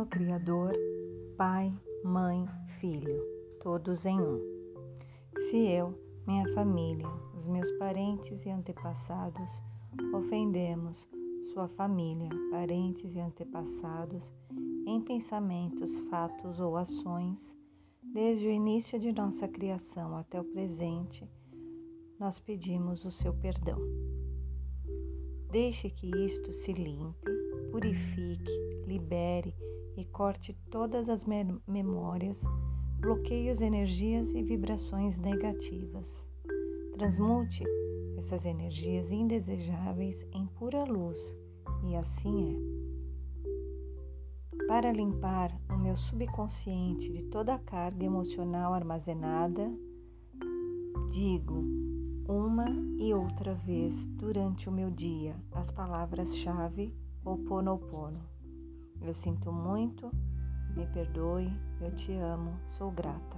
Criador, Pai, Mãe, Filho, todos em um. Se eu, minha família, os meus parentes e antepassados ofendemos sua família, parentes e antepassados em pensamentos, fatos ou ações, desde o início de nossa criação até o presente, nós pedimos o seu perdão. Deixe que isto se limpe, purifique, libere e corte todas as memórias, bloqueios, energias e vibrações negativas. Transmute essas energias indesejáveis em pura luz, e assim é. Para limpar o meu subconsciente de toda a carga emocional armazenada, digo uma e outra vez durante o meu dia as palavras-chave Ho'oponopono. Eu sinto muito, me perdoe, eu te amo, sou grata.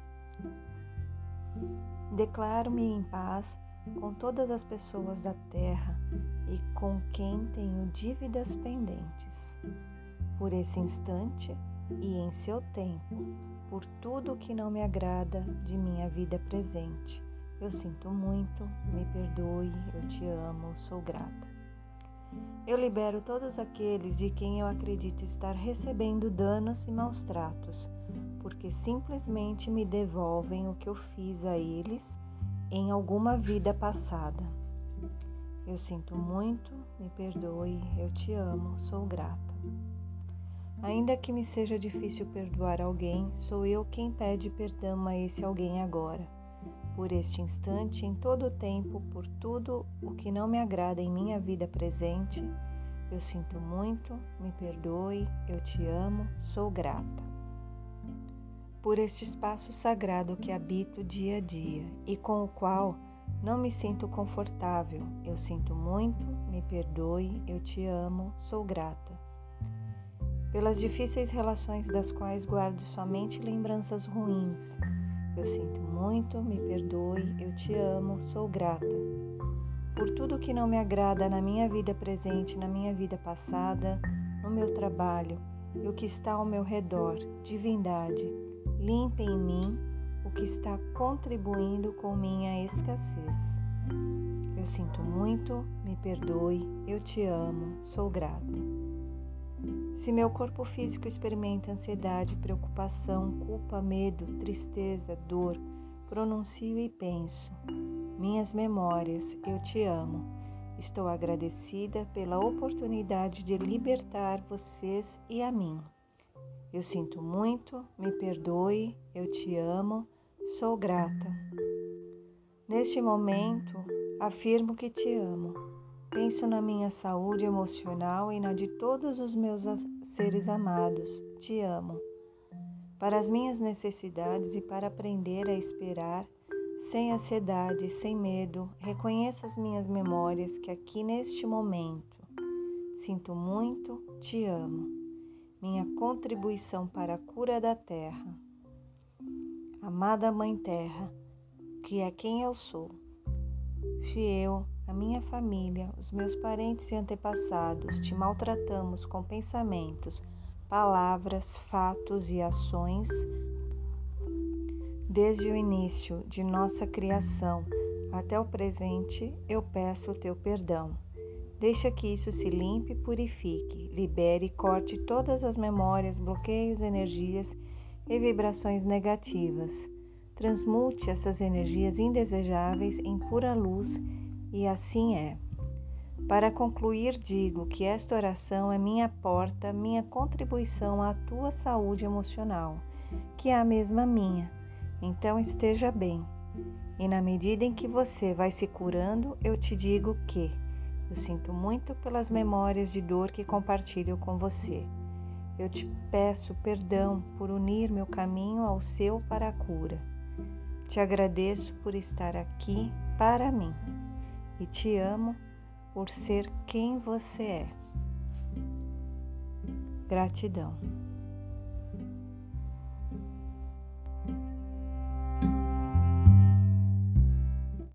Declaro-me em paz com todas as pessoas da Terra e com quem tenho dívidas pendentes. Por esse instante e em seu tempo, por tudo que não me agrada de minha vida presente. Eu sinto muito, me perdoe, eu te amo, sou grata. Eu libero todos aqueles de quem eu acredito estar recebendo danos e maus tratos, porque simplesmente me devolvem o que eu fiz a eles em alguma vida passada. Eu sinto muito, me perdoe, eu te amo, sou grata. Ainda que me seja difícil perdoar alguém, sou eu quem pede perdão a esse alguém agora. Por este instante, em todo o tempo, por tudo o que não me agrada em minha vida presente, eu sinto muito, me perdoe, eu te amo, sou grata. Por este espaço sagrado que habito dia a dia e com o qual não me sinto confortável, eu sinto muito, me perdoe, eu te amo, sou grata. Pelas difíceis relações das quais guardo somente lembranças ruins, eu sinto muito, me perdoe, eu te amo, sou grata. Por tudo que não me agrada na minha vida presente, na minha vida passada, no meu trabalho e o que está ao meu redor, divindade, limpe em mim o que está contribuindo com minha escassez. Eu sinto muito, me perdoe, eu te amo, sou grata. Se meu corpo físico experimenta ansiedade, preocupação, culpa, medo, tristeza, dor, pronuncio e penso: minhas memórias, eu te amo. Estou agradecida pela oportunidade de libertar vocês e a mim. Eu sinto muito, me perdoe, eu te amo, sou grata. Neste momento, afirmo que te amo. Penso na minha saúde emocional e na de todos os meus seres amados. Te amo. Para as minhas necessidades e para aprender a esperar, sem ansiedade, sem medo, reconheço as minhas memórias que aqui neste momento. Sinto muito, te amo. Minha contribuição para a cura da Terra. Amada Mãe Terra, que é quem eu sou. Se eu, a minha família, os meus parentes e antepassados te maltratamos com pensamentos, palavras, fatos e ações, desde o início de nossa criação até o presente, eu peço o teu perdão. Deixa que isso se limpe e purifique, libere e corte todas as memórias, bloqueios, energias e vibrações negativas. Transmute essas energias indesejáveis em pura luz, e assim é. Para concluir, digo que esta oração é minha porta, minha contribuição à tua saúde emocional, que é a mesma minha. Então esteja bem. E na medida em que você vai se curando, eu te digo que eu sinto muito pelas memórias de dor que compartilho com você. Eu te peço perdão por unir meu caminho ao seu para a cura. Te agradeço por estar aqui para mim e te amo por ser quem você é. Gratidão.